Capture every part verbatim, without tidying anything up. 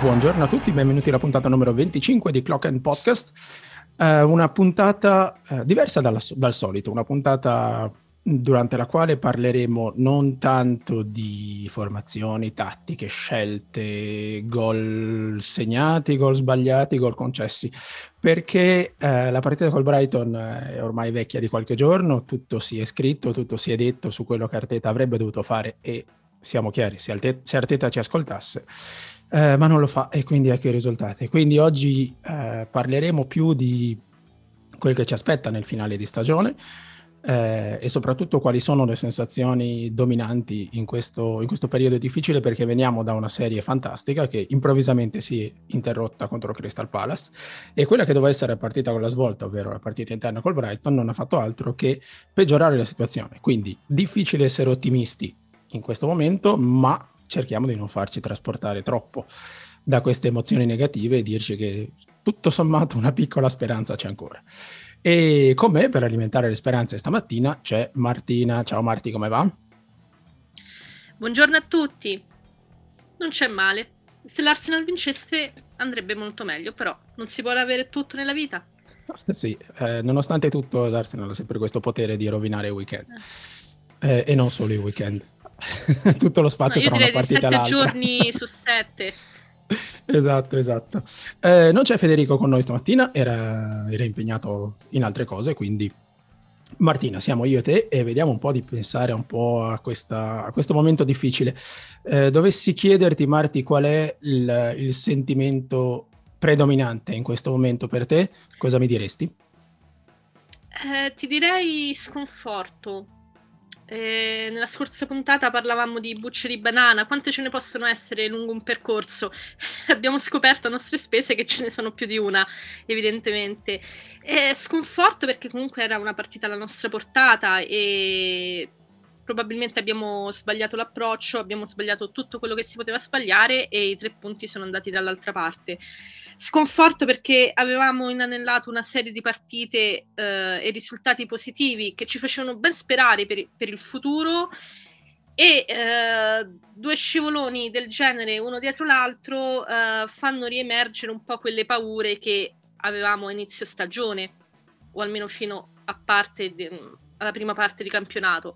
Buongiorno a tutti, benvenuti alla puntata numero venticinque di Clock and Podcast, eh, una puntata eh, diversa dalla, dal solito, una puntata durante la quale parleremo non tanto di formazioni, tattiche, scelte, gol segnati, gol sbagliati, gol concessi, perché eh, la partita col Brighton è ormai vecchia di qualche giorno, tutto si è scritto, tutto si è detto su quello che Arteta avrebbe dovuto fare e siamo chiari, se, Alte- se Arteta ci ascoltasse, eh, ma non lo fa e quindi ecco i risultati. Quindi oggi eh, parleremo più di quel che ci aspetta nel finale di stagione eh, e soprattutto quali sono le sensazioni dominanti in questo, in questo periodo difficile, perché veniamo da una serie fantastica che improvvisamente si è interrotta contro Crystal Palace e quella che doveva essere partita con la svolta, ovvero la partita interna col Brighton, non ha fatto altro che peggiorare la situazione. Quindi difficile essere ottimisti in questo momento, ma cerchiamo di non farci trasportare troppo da queste emozioni negative e dirci che tutto sommato una piccola speranza c'è ancora. E con me per alimentare le speranze stamattina c'è Martina. Ciao Marti, come va? Buongiorno a tutti. Non c'è male. Se l'Arsenal vincesse andrebbe molto meglio, però non si può avere tutto nella vita. Sì, eh, nonostante tutto l'Arsenal ha sempre questo potere di rovinare i weekend. Eh, e non solo i weekend. Tutto lo No, spazio io tra una direi di partita e sette l'altra. giorni su sette. Esatto, esatto. Eh, non c'è Federico con noi stamattina, era, era impegnato in altre cose, quindi Martina, siamo io e te e vediamo un po' di pensare un po' a, questa, a questo momento difficile. Eh, dovessi chiederti, Marti, qual è il, il sentimento predominante in questo momento per te, cosa mi diresti? Eh, ti direi sconforto. Eh, nella scorsa puntata parlavamo di bucce di banana, quante ce ne possono essere lungo un percorso? Abbiamo scoperto a nostre spese che ce ne sono più di una, evidentemente. Eh, sconforto perché comunque era una partita alla nostra portata e probabilmente abbiamo sbagliato l'approccio, abbiamo sbagliato tutto quello che si poteva sbagliare e i tre punti sono andati dall'altra parte. Sconforto perché avevamo inanellato una serie di partite eh, e risultati positivi che ci facevano ben sperare per, per il futuro e eh, due scivoloni del genere uno dietro l'altro eh, fanno riemergere un po' quelle paure che avevamo a inizio stagione o almeno fino a parte de, alla prima parte di campionato.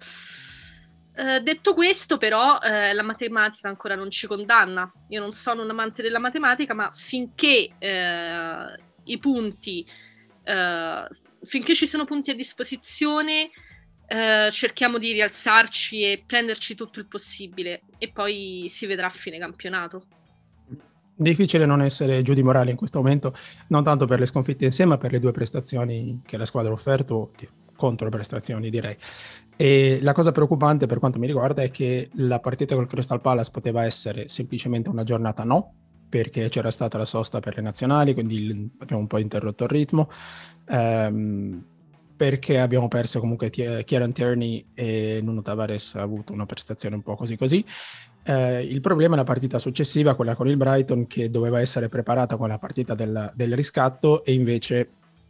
Eh, detto questo, però, eh, la matematica ancora non ci condanna. Io non sono un amante della matematica, ma finché eh, i punti, eh, finché ci sono punti a disposizione, eh, cerchiamo di rialzarci e prenderci tutto il possibile, e poi si vedrà a fine campionato. Difficile non essere giù di morale in questo momento, non tanto per le sconfitte insieme, ma per le due prestazioni che la squadra ha offerto, controprestazioni direi. E la cosa preoccupante per quanto mi riguarda è che la partita col Crystal Palace poteva essere semplicemente una giornata no, perché c'era stata la sosta per le nazionali, quindi abbiamo un po' interrotto il ritmo, ehm, perché abbiamo perso comunque Kieran Tierney e Nuno Tavares ha avuto una prestazione un po' così così. Eh, il problema è la partita successiva, quella con il Brighton, che doveva essere preparata con la partita del, del riscatto e invece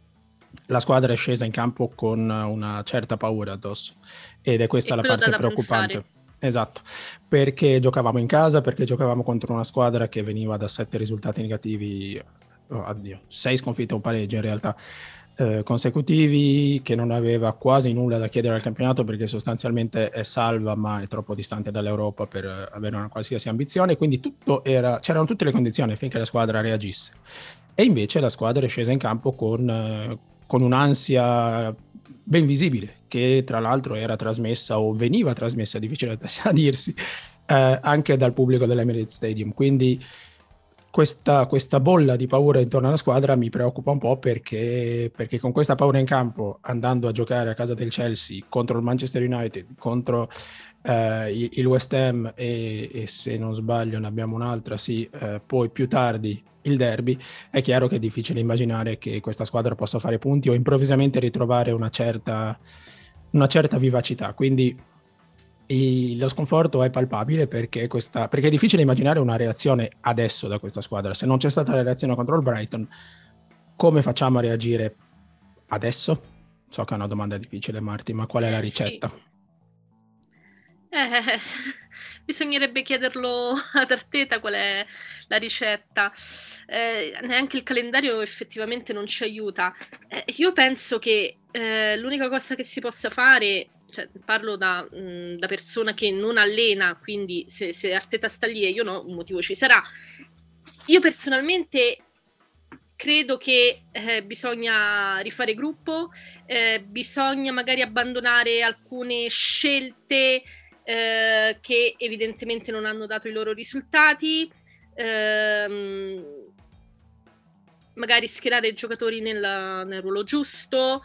la squadra è scesa in campo con una certa paura addosso ed è questa E la quello dà parte da preoccupante. pensare. Esatto, perché giocavamo in casa, perché giocavamo contro una squadra che veniva da sette risultati negativi, oh, addio, sei sconfitte o un pareggio in realtà eh, consecutivi, che non aveva quasi nulla da chiedere al campionato perché sostanzialmente è salva ma è troppo distante dall'Europa per eh, avere una qualsiasi ambizione, quindi tutto era, c'erano tutte le condizioni affinché la squadra reagisse. E invece la squadra è scesa in campo con, eh, con un'ansia ben visibile, che tra l'altro era trasmessa o veniva trasmessa, difficile a dirsi, eh, anche dal pubblico dell'Emirates Stadium. Quindi questa, questa bolla di paura intorno alla squadra mi preoccupa un po' perché, perché con questa paura in campo, andando a giocare a casa del Chelsea contro il Manchester United, contro eh, il West Ham e, e se non sbaglio ne abbiamo un'altra, sì, eh, poi più tardi il derby, è chiaro che è difficile immaginare che questa squadra possa fare punti o improvvisamente ritrovare una certa, una certa vivacità. Quindi il, lo sconforto è palpabile perché, questa, perché è difficile immaginare una reazione adesso da questa squadra. Se non c'è stata la reazione contro il Brighton, come facciamo a reagire adesso? So che è una domanda difficile, Marti, ma qual è la Eh sì. ricetta? Eh, bisognerebbe chiederlo ad Arteta qual è la ricetta. Eh, neanche il calendario effettivamente non ci aiuta. Eh, io penso che eh, l'unica cosa che si possa fare, cioè, parlo da, mh, da persona che non allena, quindi se, se Arteta sta lì e io no, un motivo ci sarà. Io personalmente credo che eh, bisogna rifare gruppo, eh, bisogna magari abbandonare alcune scelte eh, che evidentemente non hanno dato i loro risultati, ehm, magari schierare i giocatori nel, nel ruolo giusto,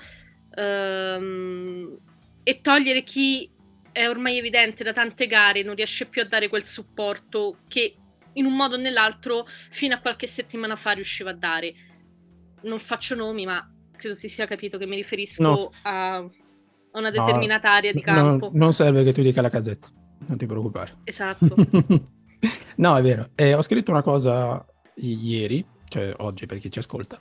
ehm, e togliere chi è ormai evidente da tante gare non riesce più a dare quel supporto che in un modo o nell'altro fino a qualche settimana fa riusciva a dare. Non faccio nomi, ma credo si sia capito che mi riferisco No, a, a una no, determinata area di no, campo. non serve che tu dica la Gazzetta, non ti preoccupare. Esatto. No, è vero. Eh, ho scritto una cosa i- ieri, cioè oggi per chi ci ascolta.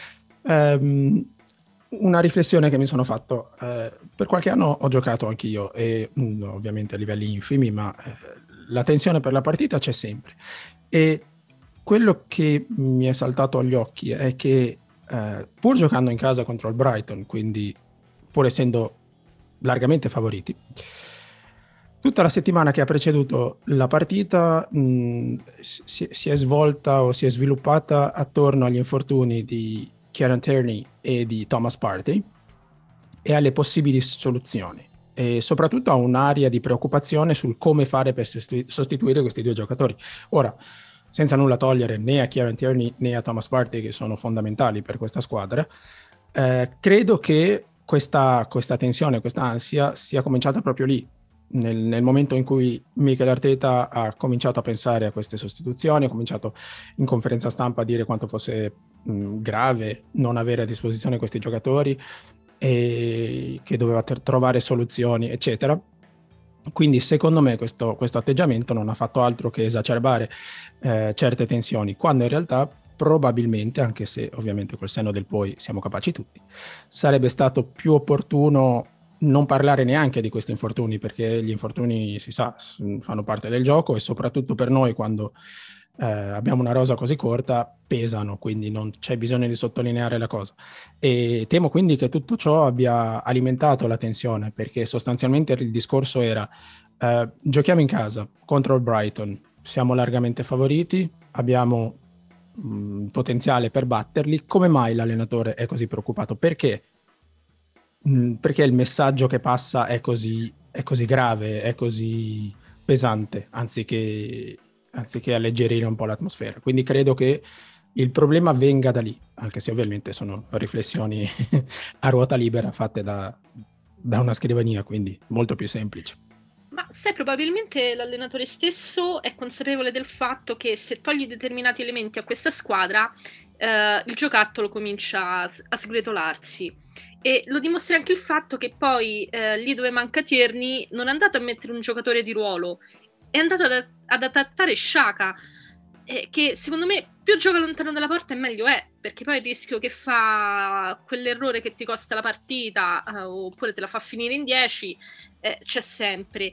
Ehm, una riflessione che mi sono fatto. Eh, per qualche anno ho giocato anch'io, e mm, ovviamente a livelli infimi, ma eh, la tensione per la partita c'è sempre. E quello che mi è saltato agli occhi è che eh, pur giocando in casa contro il Brighton, quindi pur essendo largamente favoriti, tutta la settimana che ha preceduto la partita mh, si, si è svolta o si è sviluppata attorno agli infortuni di Kieran Tierney e di Thomas Partey e alle possibili soluzioni, e soprattutto a un'area di preoccupazione sul come fare per sostituire questi due giocatori. Ora, senza nulla togliere né a Kieran Tierney né a Thomas Partey, che sono fondamentali per questa squadra, eh, credo che questa, questa tensione, questa ansia sia cominciata proprio lì, nel, nel momento in cui Mikel Arteta ha cominciato a pensare a queste sostituzioni, ha cominciato in conferenza stampa a dire quanto fosse mh, grave non avere a disposizione questi giocatori e che doveva ter- trovare soluzioni, eccetera. Quindi secondo me questo, questo atteggiamento non ha fatto altro che esacerbare eh, certe tensioni, quando in realtà probabilmente, anche se ovviamente col senno del poi siamo capaci tutti, sarebbe stato più opportuno non parlare neanche di questi infortuni, perché gli infortuni, si sa, fanno parte del gioco e soprattutto per noi quando eh, abbiamo una rosa così corta pesano, quindi non c'è bisogno di sottolineare la cosa. E temo quindi che tutto ciò abbia alimentato la tensione, perché sostanzialmente il discorso era eh, giochiamo in casa contro il Brighton, siamo largamente favoriti, abbiamo mh, potenziale per batterli, come mai l'allenatore è così preoccupato? Perché? Mh, perché il messaggio che passa è così, è così grave, è così pesante, anziché, anziché alleggerire un po' l'atmosfera. Quindi credo che il problema venga da lì, anche se ovviamente sono riflessioni a ruota libera fatte da, da una scrivania, quindi molto più semplice. Ma sai, probabilmente l'allenatore stesso è consapevole del fatto che se togli determinati elementi a questa squadra, eh, il giocattolo comincia a, a sgretolarsi. E lo dimostra anche il fatto che poi eh, lì dove manca Tierney non è andato a mettere un giocatore di ruolo, è andato ad, ad adattare Xhaka, eh, che secondo me più gioca lontano dalla porta e meglio è, perché poi il rischio che fa quell'errore che ti costa la partita, eh, oppure te la fa finire in dieci, eh, c'è sempre.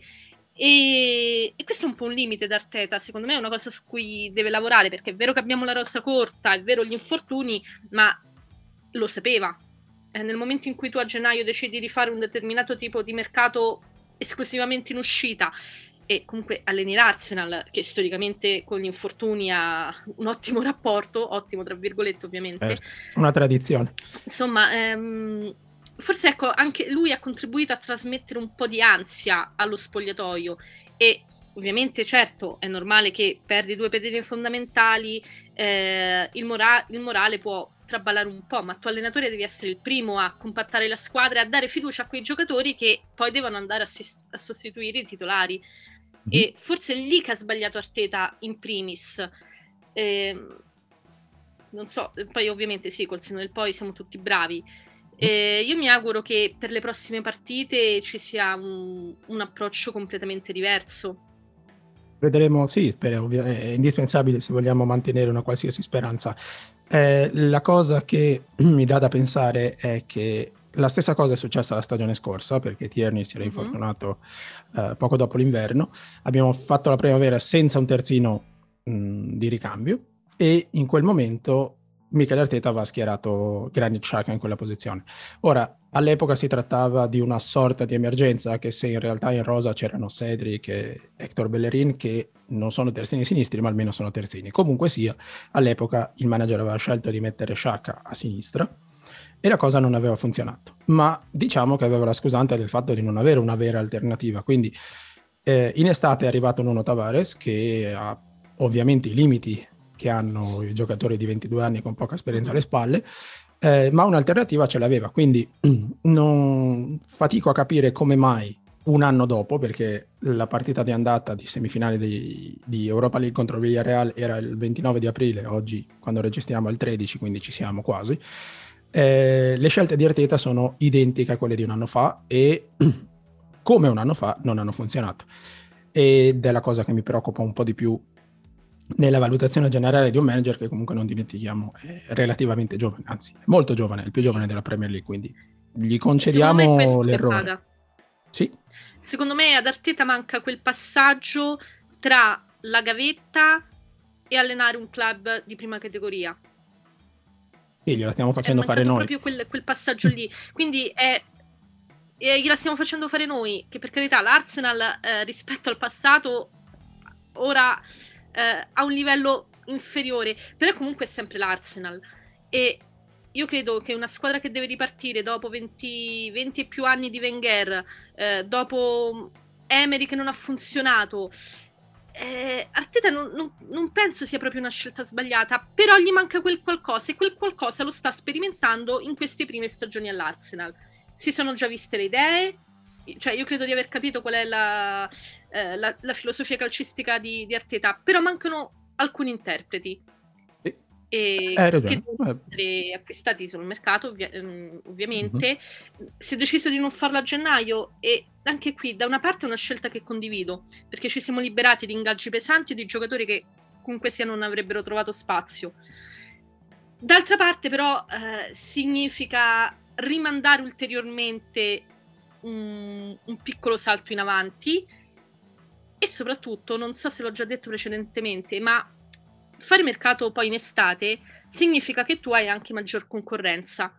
E, e questo è un po' un limite da Arteta, secondo me è una cosa su cui deve lavorare, perché è vero che abbiamo la rosa corta, è vero gli infortuni, ma lo sapeva. Eh, nel momento in cui tu a gennaio decidi di fare un determinato tipo di mercato esclusivamente in uscita, e comunque alleni l'Arsenal, che storicamente con gli infortuni ha un ottimo rapporto, ottimo tra virgolette ovviamente. Eh, una tradizione. Insomma, ehm, forse ecco, anche lui ha contribuito a trasmettere un po' di ansia allo spogliatoio e ovviamente certo è normale che perdi due pedine fondamentali, eh, il, mora- il morale può traballare un po', ma tu allenatore devi essere il primo a compattare la squadra e a dare fiducia a quei giocatori che poi devono andare a, sis- a sostituire i titolari. Mm-hmm. E forse è lì che ha sbagliato Arteta in primis. Eh, non so, poi ovviamente sì, col senno del poi siamo tutti bravi. Eh, io mi auguro che per le prossime partite ci sia un, un approccio completamente diverso. Vedremo, sì, è indispensabile se vogliamo mantenere una qualsiasi speranza. Eh, la cosa che mi dà da pensare è che la stessa cosa è successa la stagione scorsa, perché Tierney si era Mhm. infortunato eh, poco dopo l'inverno. Abbiamo fatto la primavera senza un terzino mh, di ricambio, e in quel momento Mikel Arteta aveva schierato Granit Xhaka in quella posizione. Ora, all'epoca si trattava di una sorta di emergenza, anche se in realtà in rosa c'erano Cedric e Hector Bellerin, che non sono terzini sinistri, ma almeno sono terzini. Comunque sia, all'epoca il manager aveva scelto di mettere Xhaka a sinistra e la cosa non aveva funzionato. Ma diciamo che aveva la scusante del fatto di non avere una vera alternativa. Quindi eh, in estate è arrivato Nuno Tavares, che ha ovviamente i limiti che hanno i giocatori di ventidue anni con poca esperienza alle spalle, eh, ma un'alternativa ce l'aveva. Quindi non fatico a capire come mai un anno dopo, perché la partita di andata di semifinale di, di Europa League contro il Villarreal era il ventinove di aprile, oggi quando registriamo è il tredici, quindi ci siamo quasi. Eh, le scelte di Arteta sono identiche a quelle di un anno fa e come un anno fa non hanno funzionato, ed è la cosa che mi preoccupa un po' di più nella valutazione generale di un manager che, comunque, non dimentichiamo, è relativamente giovane, anzi è molto giovane, è il più Sì. giovane della Premier League, quindi gli Secondo me è concediamo questo che l'errore. paga. Sì, Secondo me ad Arteta manca quel passaggio tra la gavetta e allenare un club di prima categoria. sì, gliela stiamo È facendo fare mancato noi. proprio quel, quel passaggio lì. Quindi è, e gliela stiamo facendo fare noi, che per carità l'Arsenal eh, rispetto al passato ora eh, ha un livello inferiore, però comunque è sempre l'Arsenal, e io credo che una squadra che deve ripartire dopo venti, venti e più anni di Wenger, eh, dopo Emery che non ha funzionato, eh, Arteta non, non, non penso sia proprio una scelta sbagliata, però gli manca quel qualcosa, e quel qualcosa lo sta sperimentando in queste prime stagioni all'Arsenal. Si sono già viste le idee, cioè io credo di aver capito qual è la, eh, la, la filosofia calcistica di, di Arteta, però mancano alcuni interpreti Sì, e hai che ragione. devono essere acquistati sul mercato, ovvia- ehm, ovviamente. Mhm. Si è deciso di non farlo a gennaio, e anche qui da una parte è una scelta che condivido, perché ci siamo liberati di ingaggi pesanti e di giocatori che comunque sia non avrebbero trovato spazio. D'altra parte però eh, significa rimandare ulteriormente un, un piccolo salto in avanti, e soprattutto, non so se l'ho già detto precedentemente, ma fare mercato poi in estate significa che tu hai anche maggior concorrenza,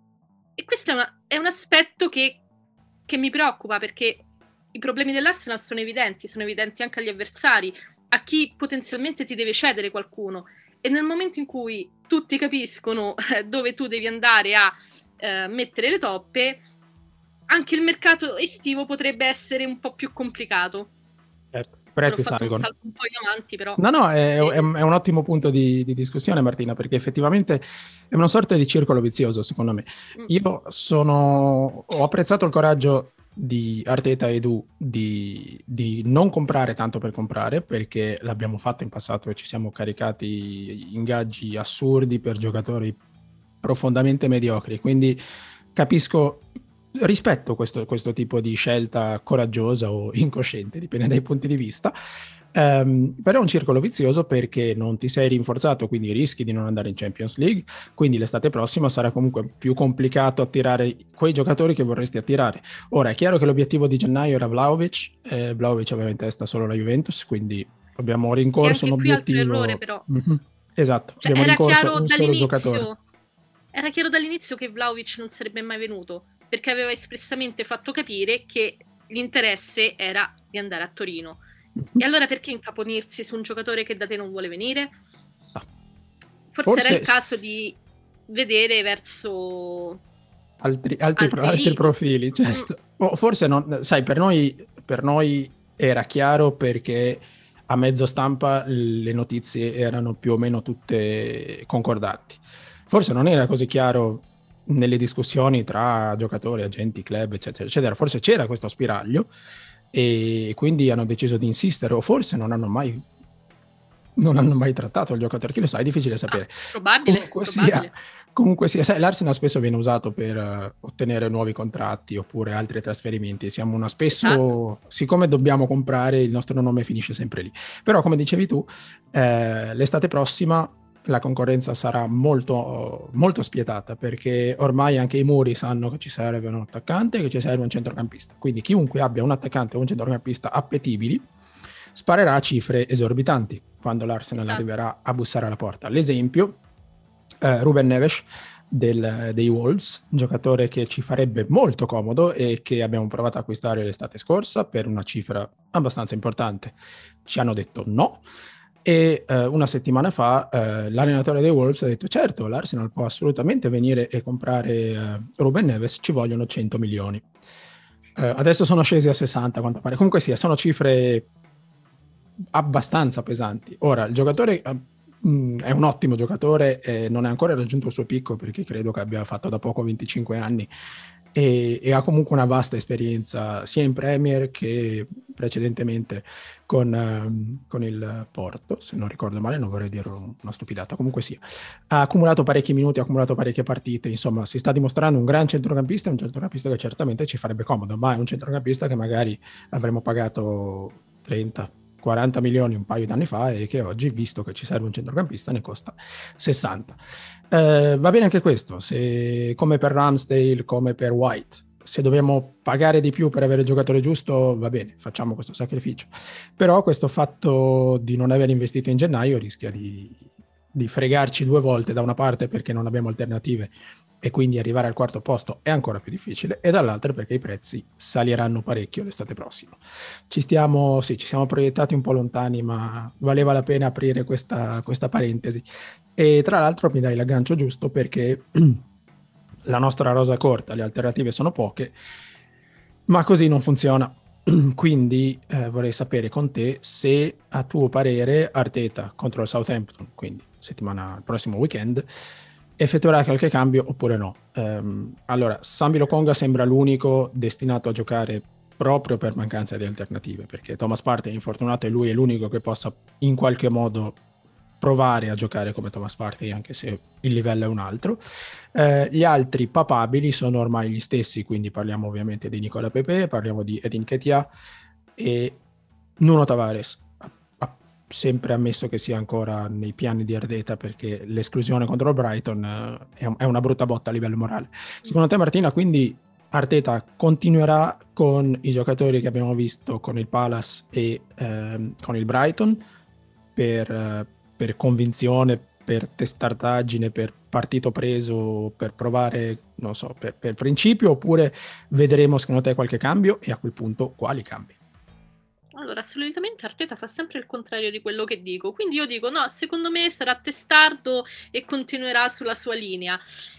e questo è, una, è un aspetto che, che mi preoccupa, perché i problemi dell'Arsenal sono evidenti, sono evidenti anche agli avversari, a chi potenzialmente ti deve cedere qualcuno, e nel momento in cui tutti capiscono dove tu devi andare a eh, mettere le toppe, anche il mercato estivo potrebbe essere un po' più complicato. Certo, i Ora ho prezzi fatto un salgono. salto un po' in avanti, però No, no, è, è- eh, è un ottimo punto di, di discussione, Martina, perché effettivamente è una sorta di circolo vizioso, secondo me. mm, Io sono, ho apprezzato il coraggio di Arteta e Edu di, di non comprare tanto per comprare, perché l'abbiamo fatto in passato e ci siamo caricati ingaggi assurdi per giocatori profondamente mediocri. Quindi capisco, rispetto questo, questo tipo di scelta coraggiosa o incosciente, dipende dai punti di vista. Um, però è un circolo vizioso, perché non ti sei rinforzato, quindi rischi di non andare in Champions League, quindi l'estate prossima sarà comunque più complicato attirare quei giocatori che vorresti attirare. Ora è chiaro che l'obiettivo di gennaio era Vlahovic, eh, Vlahovic aveva in testa solo la Juventus, quindi abbiamo e rincorso un anche qui altro errore, obiettivo. però. Mm-hmm. Esatto, Cioè, abbiamo era rincorso chiaro un solo giocatore. dall'inizio, era chiaro dall'inizio che Vlahovic non sarebbe mai venuto, perché aveva espressamente fatto capire che l'interesse era di andare a Torino. Mm-hmm. E allora perché incaponirsi su un giocatore che da te non vuole venire? Ah. Forse, Forse era il caso di vedere verso altri, altri, altri altri lidi. profili, certo. Mm. O forse non, sai, per noi, per noi era chiaro, perché a mezzo stampa le notizie erano più o meno tutte concordanti. Forse non era così chiaro nelle discussioni tra giocatori, agenti, club, eccetera, eccetera. Forse c'era questo spiraglio e quindi hanno deciso di insistere, o forse non hanno mai non hanno mai trattato il giocatore, chi lo sa, è difficile sapere. Ah, probabile, Comunque probabile. sia, comunque sia, sai, l'Arsenal spesso viene usato per uh, ottenere nuovi contratti oppure altri trasferimenti. Siamo una spesso, Esatto. siccome dobbiamo comprare, il nostro nome finisce sempre lì. Però, come dicevi tu, eh, l'estate prossima la concorrenza sarà molto, molto spietata, perché ormai anche i muri sanno che ci serve un attaccante e che ci serve un centrocampista. Quindi chiunque abbia un attaccante o un centrocampista appetibili sparerà a cifre esorbitanti quando l'Arsenal Esatto. arriverà a bussare alla porta. L'esempio, eh, Ruben Neves del, dei Wolves, un giocatore che ci farebbe molto comodo e che abbiamo provato a acquistare l'estate scorsa per una cifra abbastanza importante. Ci hanno detto no. E eh, una settimana fa eh, l'allenatore dei Wolves ha detto certo, l'Arsenal può assolutamente venire e comprare eh, Ruben Neves, ci vogliono cento milioni. Eh, adesso sono scesi a sessanta, quanto pare. Comunque sia, sono cifre abbastanza pesanti. Ora, il giocatore eh, mh, è un ottimo giocatore e non è ancora raggiunto il suo picco, perché credo che abbia fatto da poco venticinque anni e, e ha comunque una vasta esperienza sia in Premier che precedentemente con, um, con il Porto, se non ricordo male, non vorrei dire una stupidata, comunque sia. Ha accumulato parecchi minuti, ha accumulato parecchie partite, insomma si sta dimostrando un gran centrocampista, un centrocampista che certamente ci farebbe comodo, ma è un centrocampista che magari avremmo pagato trenta quaranta milioni un paio d'anni fa e che oggi, visto che ci serve un centrocampista, ne costa sessanta. Eh, va bene anche questo, se come per Ramsdale, come per White, se dobbiamo pagare di più per avere il giocatore giusto, va bene, facciamo questo sacrificio. Però questo fatto di non aver investito in gennaio rischia di, di fregarci due volte, da una parte perché non abbiamo alternative e quindi arrivare al quarto posto è ancora più difficile, e dall'altra perché i prezzi saliranno parecchio l'estate prossima. Ci stiamo, sì, ci siamo proiettati un po' lontani, ma valeva la pena aprire questa, questa parentesi. E tra l'altro mi dai l'aggancio giusto, perché la nostra rosa è corta, le alternative sono poche, ma così non funziona. Quindi eh, vorrei sapere con te se a tuo parere Arteta contro il Southampton, quindi settimana, il prossimo weekend, effettuerà qualche cambio oppure no. Um, allora, Sambi Lokonga sembra l'unico destinato a giocare proprio per mancanza di alternative, perché Thomas Partey è infortunato e lui è l'unico che possa in qualche modo provare a giocare come Thomas Partey, anche se il livello è un altro. Eh, gli altri papabili sono ormai gli stessi, quindi parliamo ovviamente di Nicola Pepe, parliamo di Edin Ketia e Nuno Tavares. Ha sempre ammesso che sia ancora nei piani di Arteta, perché l'esclusione contro il Brighton eh, è una brutta botta a livello morale. Secondo te, Martina, quindi Arteta continuerà con i giocatori che abbiamo visto con il Palace e ehm, con il Brighton per, eh, per convinzione, per testardaggine, per partito preso, per provare, non so, per, per principio, oppure vedremo secondo te qualche cambio, e a quel punto quali cambi? Allora, solitamente Arteta fa sempre il contrario di quello che dico, quindi io dico no, secondo me sarà testardo e continuerà sulla sua linea.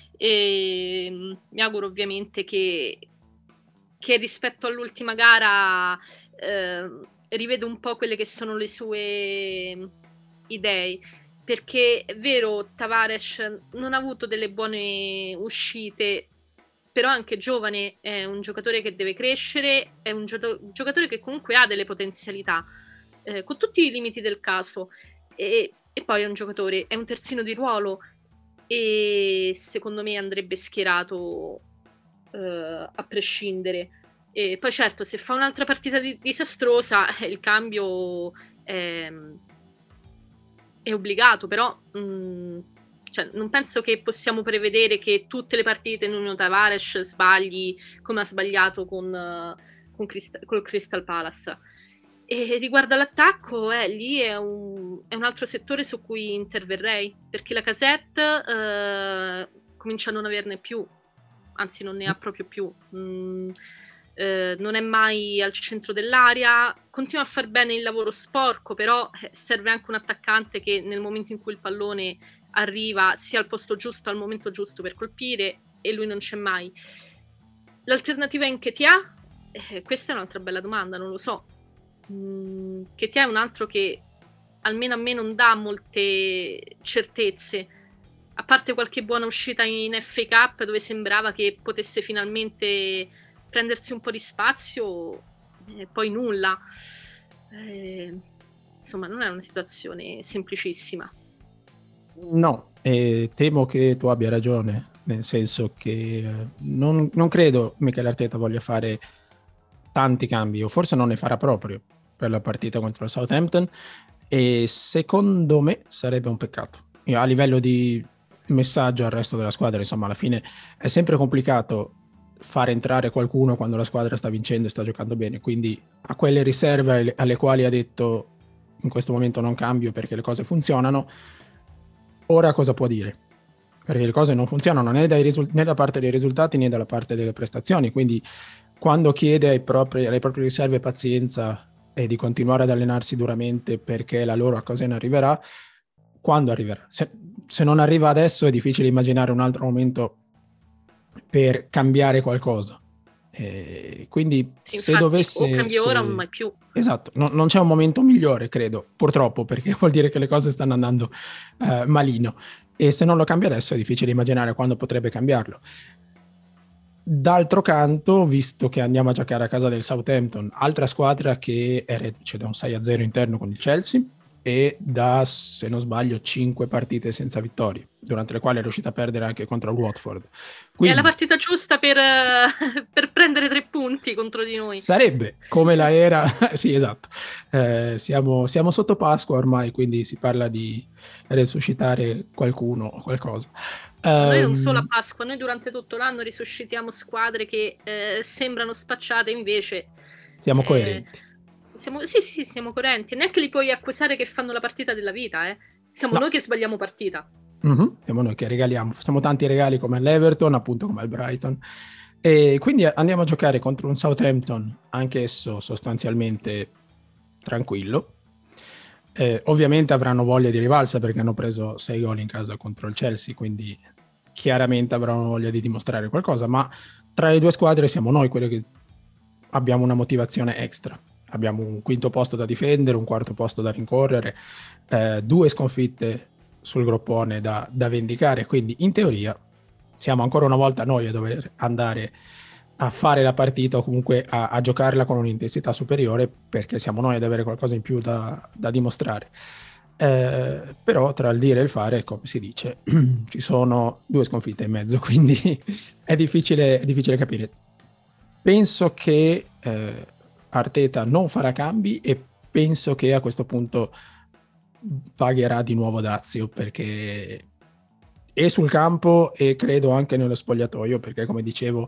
E mi auguro ovviamente che, che rispetto all'ultima gara eh, riveda un po' quelle che sono le sue idee, perché è vero, Tavares non ha avuto delle buone uscite, però anche giovane, è un giocatore che deve crescere, è un gio- giocatore che comunque ha delle potenzialità, eh, con tutti i limiti del caso, e, e poi è un giocatore, è un terzino di ruolo, e secondo me andrebbe schierato eh, a prescindere. E poi certo, se fa un'altra partita di- disastrosa, eh, il cambio è, è obbligato, però mh, cioè, non penso che possiamo prevedere che tutte le partite Nuno Tavares sbagli come ha sbagliato con, uh, con Crist- col Crystal Palace. E riguardo all'attacco, eh, lì è un, è un altro settore su cui interverrei, perché la Casette eh, comincia a non averne più, anzi non ne ha proprio più. Mm, eh, non è mai al centro dell'area, continua a far bene il lavoro sporco, però eh, serve anche un attaccante che nel momento in cui il pallone arriva sia al posto giusto al momento giusto per colpire, e lui non c'è mai. L'alternativa in Ketia? Eh, questa è un'altra bella domanda, non lo so. Mm, Ketia è un altro che almeno a me non dà molte certezze, a parte qualche buona uscita in F A Cup dove sembrava che potesse finalmente prendersi un po' di spazio, e poi nulla. Eh, insomma, non è una situazione semplicissima. No, e temo che tu abbia ragione, nel senso che eh, non, non credo Michele Arteta voglia fare tanti cambi, o forse non ne farà proprio per la partita contro il Southampton, e secondo me sarebbe un peccato, e a livello di messaggio al resto della squadra, insomma, alla fine è sempre complicato fare entrare qualcuno quando la squadra sta vincendo e sta giocando bene, quindi a quelle riserve alle, alle quali ha detto in questo momento non cambio perché le cose funzionano, ora cosa può dire? Perché le cose non funzionano né, dai risul- né da parte dei risultati né dalla parte delle prestazioni, quindi quando chiede ai propri, alle proprie riserve pazienza e di continuare ad allenarsi duramente perché la loro occasione arriverà, quando arriverà? Se, se non arriva adesso è difficile immaginare un altro momento per cambiare qualcosa. E quindi Sì, se infatti, o dovesse... cambio ora o Se... mai più. Esatto, no, non c'è un momento migliore, credo, purtroppo, perché vuol dire che le cose stanno andando eh, malino. E se non lo cambia adesso è difficile immaginare quando potrebbe cambiarlo. D'altro canto, visto che andiamo a giocare a casa del Southampton, altra squadra che è reduce da un sei a zero interno con il Chelsea e da, se non sbaglio, cinque partite senza vittorie, durante le quali è riuscita a perdere anche contro il Watford. È la Quindi partita giusta per, eh, per prendere tre punti contro di noi. sarebbe come la era, sì, esatto. Eh, siamo, siamo sotto Pasqua ormai, quindi si parla di resuscitare qualcuno o qualcosa. Ma noi non solo a Um, Pasqua, noi durante tutto l'anno risuscitiamo squadre che eh, sembrano spacciate, invece siamo eh, coerenti. siamo, sì, sì, sì, siamo coerenti. Neanche li puoi accusare che fanno la partita della vita, eh. Siamo No, noi che sbagliamo partita. mhm, siamo noi che regaliamo, facciamo tanti regali come all'Everton, appunto come al Brighton. E quindi andiamo a giocare contro un Southampton, anch'esso sostanzialmente tranquillo. Eh, ovviamente avranno voglia di rivalsa perché hanno preso sei gol in casa contro il Chelsea, quindi chiaramente avranno voglia di dimostrare qualcosa, ma tra le due squadre siamo noi quelli che abbiamo una motivazione extra. Abbiamo un quinto posto da difendere, un quarto posto da rincorrere, eh, due sconfitte sul groppone da, da vendicare, quindi in teoria siamo ancora una volta noi a dover andare a fare la partita o comunque a, a giocarla con un'intensità superiore perché siamo noi ad avere qualcosa in più da, da dimostrare. Eh, però tra il dire e il fare, come si dice, ci sono due sconfitte in mezzo, quindi è difficile, è difficile capire. Penso che eh, Arteta non farà cambi e penso che a questo punto pagherà di nuovo Dazio perché è sul campo e credo anche nello spogliatoio perché come dicevo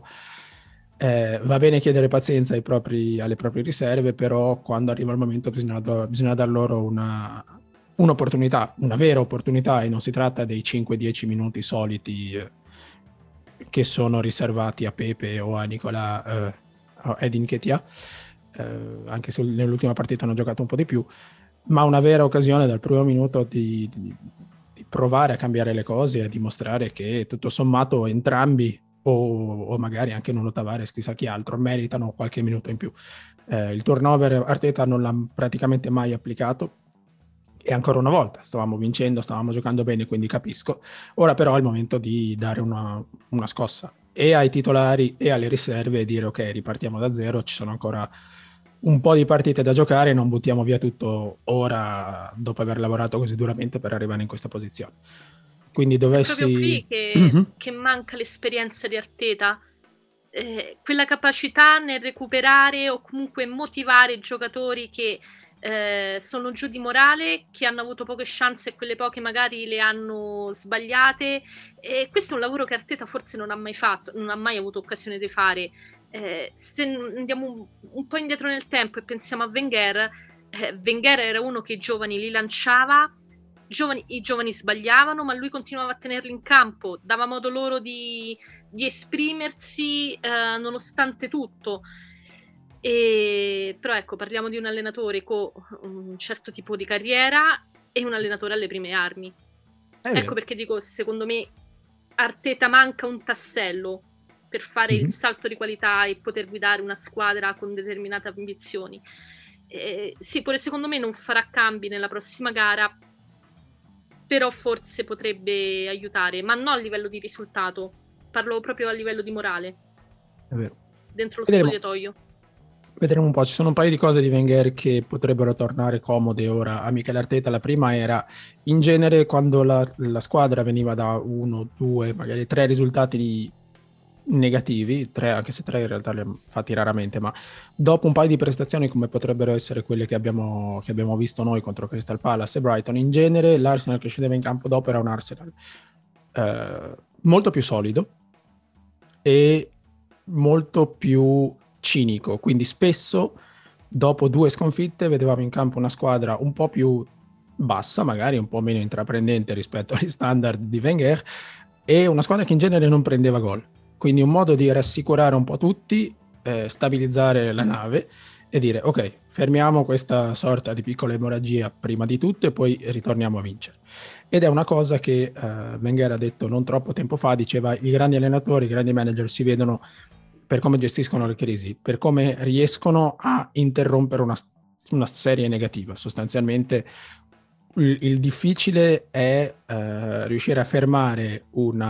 eh, va bene chiedere pazienza ai propri, alle proprie riserve, però quando arriva il momento bisogna, bisogna dar loro una, un'opportunità, una vera opportunità e non si tratta dei cinque dieci minuti soliti eh, che sono riservati a Pepe o a Nicola eh, o Edin Ketia, eh, anche se nell'ultima partita hanno giocato un po' di più, ma una vera occasione dal primo minuto di, di, di provare a cambiare le cose e a dimostrare che tutto sommato entrambi o, o magari anche Nuno Tavares, chissà chi altro, meritano qualche minuto in più. Eh, il turnover Arteta non l'ha praticamente mai applicato e ancora una volta stavamo vincendo, stavamo giocando bene, quindi capisco. Ora però è il momento di dare una, una scossa e ai titolari e alle riserve e dire ok, ripartiamo da zero, ci sono ancora un po' di partite da giocare, non buttiamo via tutto ora dopo aver lavorato così duramente per arrivare in questa posizione. Quindi È proprio dovessi... qui che, Mhm. che manca l'esperienza di Arteta, eh, quella capacità nel recuperare o comunque motivare i giocatori che eh, sono giù di morale, che hanno avuto poche chance e quelle poche magari le hanno sbagliate. E questo è un lavoro che Arteta forse non ha mai fatto, non ha mai avuto occasione di fare. Eh, se andiamo un, un po' indietro nel tempo e pensiamo a Wenger, eh, Wenger era uno che i giovani li lanciava. Giovani, i giovani sbagliavano, ma lui continuava a tenerli in campo, dava modo loro di, di esprimersi eh, nonostante tutto. E, però ecco, parliamo di un allenatore con un certo tipo di carriera e un allenatore alle prime armi. È Ecco vero. perché dico, secondo me Arteta manca un tassello per fare il Mhm. salto di qualità e poter guidare una squadra con determinate ambizioni. Eh, sì, pure secondo me non farà cambi nella prossima gara, però forse potrebbe aiutare, ma non a livello di risultato, parlo proprio a livello di morale, È vero. dentro lo Vedremo. spogliatoio. Vedremo un po', ci sono un paio di cose di Wenger che potrebbero tornare comode ora a Mikel Arteta. La prima era, in genere, quando la, la squadra veniva da uno, due, magari tre risultati di- negativi, tre, anche se tre in realtà li ha fatti raramente, ma dopo un paio di prestazioni come potrebbero essere quelle che abbiamo, che abbiamo visto noi contro Crystal Palace e Brighton, in genere l'Arsenal che scendeva in campo dopo era un Arsenal eh, molto più solido e molto più cinico, quindi spesso dopo due sconfitte vedevamo in campo una squadra un po' più bassa, magari un po' meno intraprendente rispetto agli standard di Wenger, e una squadra che in genere non prendeva gol. Quindi un modo di rassicurare un po' tutti, eh, stabilizzare la nave e dire ok, fermiamo questa sorta di piccola emorragia prima di tutto e poi ritorniamo a vincere. Ed è una cosa che eh, Wenger ha detto non troppo tempo fa, diceva i grandi allenatori, i grandi manager si vedono per come gestiscono le crisi, per come riescono a interrompere una, una serie negativa. Sostanzialmente il, il difficile è eh, riuscire a fermare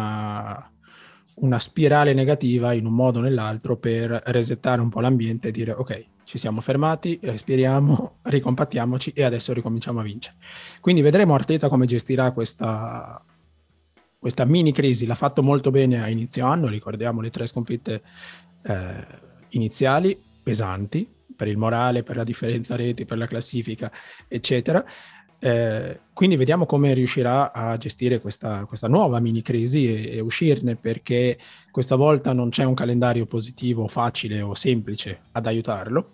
una, una spirale negativa in un modo o nell'altro per resettare un po' l'ambiente e dire ok, ci siamo fermati, respiriamo, ricompattiamoci e adesso ricominciamo a vincere. Quindi vedremo Arteta come gestirà questa, questa mini crisi. L'ha fatto molto bene a inizio anno, ricordiamo le tre sconfitte eh, iniziali, pesanti, per il morale, per la differenza reti, per la classifica, eccetera. Eh, quindi vediamo come riuscirà a gestire questa, questa nuova mini crisi e, e uscirne, perché questa volta non c'è un calendario positivo, facile o semplice ad aiutarlo,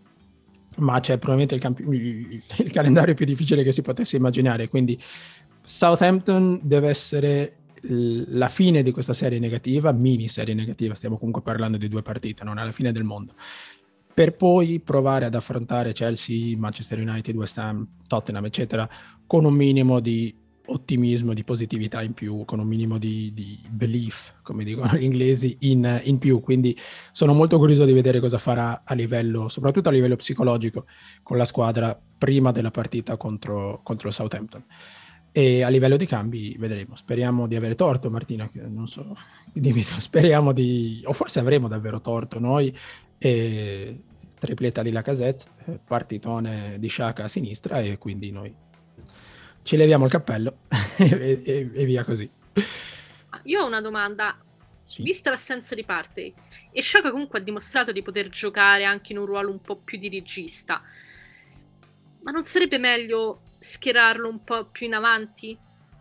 ma c'è probabilmente il, campi- il, il calendario più difficile che si potesse immaginare. Quindi Southampton deve essere la fine di questa serie negativa, mini serie negativa, stiamo comunque parlando di due partite, non è la fine del mondo, per poi provare ad affrontare Chelsea, Manchester United, West Ham, Tottenham, eccetera, con un minimo di ottimismo, di positività in più, con un minimo di, di belief, come dicono gli inglesi, in, in più. Quindi sono molto curioso di vedere cosa farà a livello, soprattutto a livello psicologico, con la squadra prima della partita contro, contro il Southampton. E a livello di cambi vedremo. Speriamo di avere torto, Martina, che non so, dimmi, speriamo di, o forse avremo davvero torto noi, e tripletta di Lacazette, partitone di Xhaka a sinistra, e quindi noi ci leviamo il cappello e, e, e via così. Io ho una domanda. Sì. Vista l'assenza di Partey, e Xhaka comunque ha dimostrato di poter giocare anche in un ruolo un po' più dirigista, ma non sarebbe meglio schierarlo un po' più in avanti?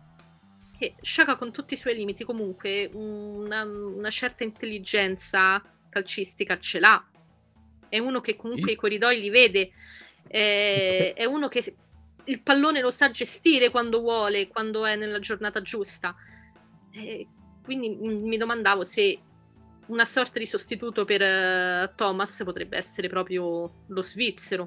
Che Xhaka, con tutti i suoi limiti, comunque una, una certa intelligenza calcistica ce l'ha. È uno che comunque sì. I corridoi li vede, è, è uno che il pallone lo sa gestire quando vuole, quando è nella giornata giusta. E quindi mi domandavo se una sorta di sostituto per uh, Thomas potrebbe essere proprio lo svizzero.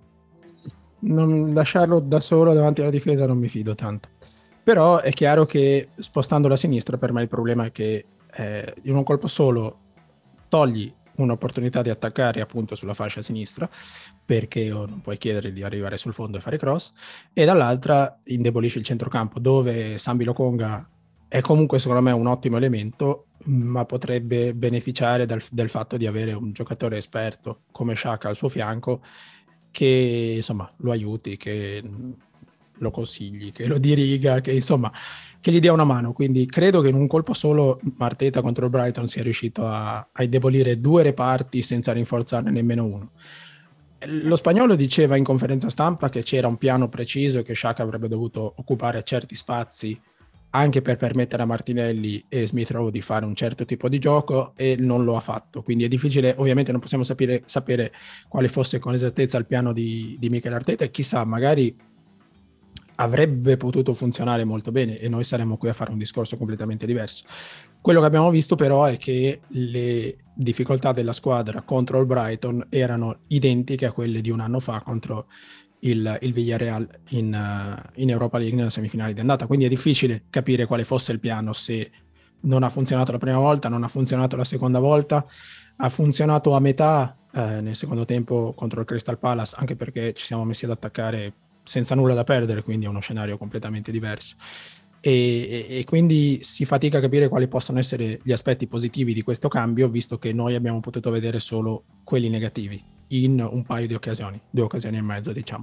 Non lasciarlo da solo davanti alla difesa non mi fido tanto. Però è chiaro che spostandolo a sinistra, per me il problema è che eh, in un colpo solo togli un'opportunità di attaccare appunto sulla fascia sinistra, perché non puoi chiedere di arrivare sul fondo e fare cross, e dall'altra indebolisci il centrocampo, dove Sambi Lokonga è comunque secondo me un ottimo elemento, ma potrebbe beneficiare dal, del fatto di avere un giocatore esperto come Xhaka al suo fianco, che insomma lo aiuti, che lo consigli, che lo diriga, che insomma che gli dia una mano. Quindi credo che in un colpo solo Arteta contro il Brighton sia riuscito a, a indebolire due reparti senza rinforzarne nemmeno uno. Lo spagnolo diceva in conferenza stampa che c'era un piano preciso, che Xhaka avrebbe dovuto occupare certi spazi anche per permettere a Martinelli e Smith Rowe di fare un certo tipo di gioco, e non lo ha fatto. Quindi è difficile, ovviamente non possiamo sapere, sapere quale fosse con esattezza il piano di, di Mikel Arteta, e chissà, magari avrebbe potuto funzionare molto bene e noi saremmo qui a fare un discorso completamente diverso. Quello che abbiamo visto però è che le difficoltà della squadra contro il Brighton erano identiche a quelle di un anno fa contro il, il Villarreal in, uh, in Europa League nella semifinale di andata. Quindi è difficile capire quale fosse il piano, se non ha funzionato la prima volta, non ha funzionato la seconda volta, ha funzionato a metà eh, nel secondo tempo contro il Crystal Palace, anche perché ci siamo messi ad attaccare senza nulla da perdere, quindi è uno scenario completamente diverso. E, e, e quindi si fatica a capire quali possono essere gli aspetti positivi di questo cambio, visto che noi abbiamo potuto vedere solo quelli negativi in un paio di occasioni, due occasioni e mezzo, diciamo.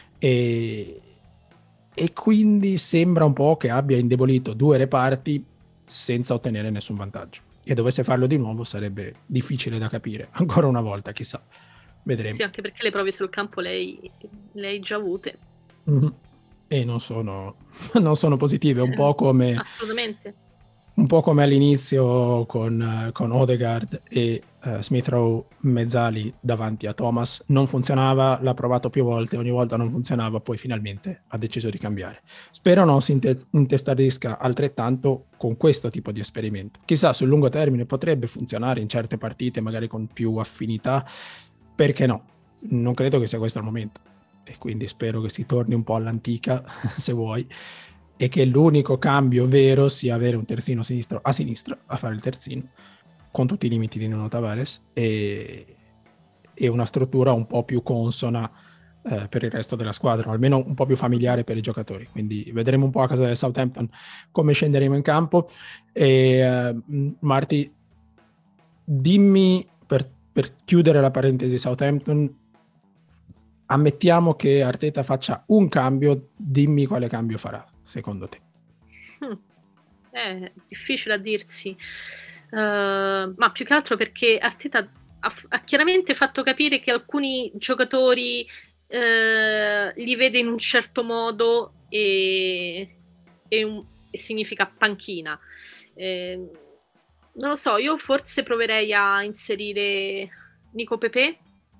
E, e quindi sembra un po' che abbia indebolito due reparti senza ottenere nessun vantaggio. e dovesse farlo di nuovo sarebbe difficile da capire, ancora una volta, chissà, vedremo. Sì, anche perché le prove sul campo lei le hai già avute. Mh-mh. E non sono non sono positive, un Eh, po' come assolutamente. un po' come all'inizio con con Odegaard e, ehm, Smith Rowe mezzali davanti a Thomas. Non funzionava, l'ha provato più volte, ogni volta non funzionava, poi finalmente ha deciso di cambiare. Spero non si inte intestardisca altrettanto con questo tipo di esperimento. Chissà, sul lungo termine potrebbe funzionare in certe partite, magari con più affinità, perché no? Non credo che sia questo il momento e quindi spero che si torni un po' all'antica, se vuoi, e che l'unico cambio vero sia avere un terzino sinistro a sinistra a fare il terzino, con tutti i limiti di Nuno Tavares, e, e una struttura un po' più consona eh, per il resto della squadra, o almeno un po' più familiare per i giocatori. Quindi vedremo un po' a casa del Southampton come scenderemo in campo. E eh, Marti, dimmi, per, per chiudere la parentesi Southampton, ammettiamo che Arteta faccia un cambio, dimmi quale cambio farà, secondo te. Mh. È difficile a dirsi, uh, ma più che altro perché Arteta ha, f- ha chiaramente fatto capire che alcuni giocatori uh, li vede in un certo modo e, e, un, e significa panchina. Eh, non lo so, io forse proverei a inserire Nico Pepe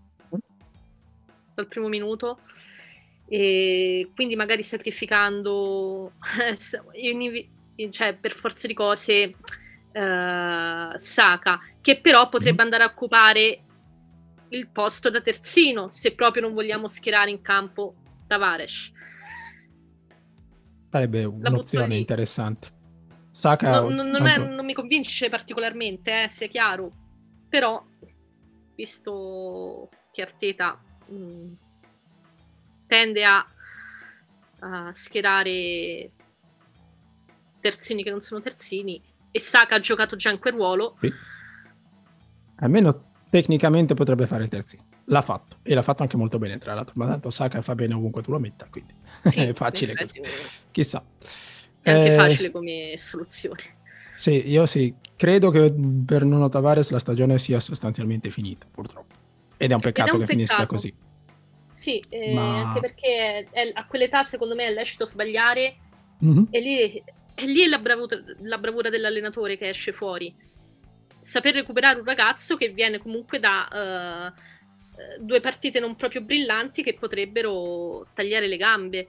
dal primo minuto, e quindi magari sacrificando cioè per forza di cose uh, Saka, che però potrebbe andare a occupare il posto da terzino se proprio non vogliamo schierare in campo Tavares. Sarebbe un'opzione interessante. Saka, no, no, non, è, non mi convince particolarmente, eh, sia chiaro, però visto che Arteta mh, tende a, a schierare terzini che non sono terzini, e Saka ha giocato già in quel ruolo, sì. Almeno tecnicamente potrebbe fare il terzino. L'ha fatto, e l'ha fatto anche molto bene, tra l'altro, ma tanto Saka fa bene ovunque tu lo metta, quindi sì, è facile così. Chissà. È anche eh, facile come soluzione. Sì, io sì, credo che per Nuno Tavares la stagione sia sostanzialmente finita, purtroppo. Ed è un peccato è un che peccato. finisca così. Sì, eh, ma... anche perché è, a quell'età secondo me è lecito sbagliare, mm-hmm. e lì, è lì la bravura, la bravura dell'allenatore che esce fuori. Saper recuperare un ragazzo che viene comunque da uh, due partite non proprio brillanti che potrebbero tagliare le gambe.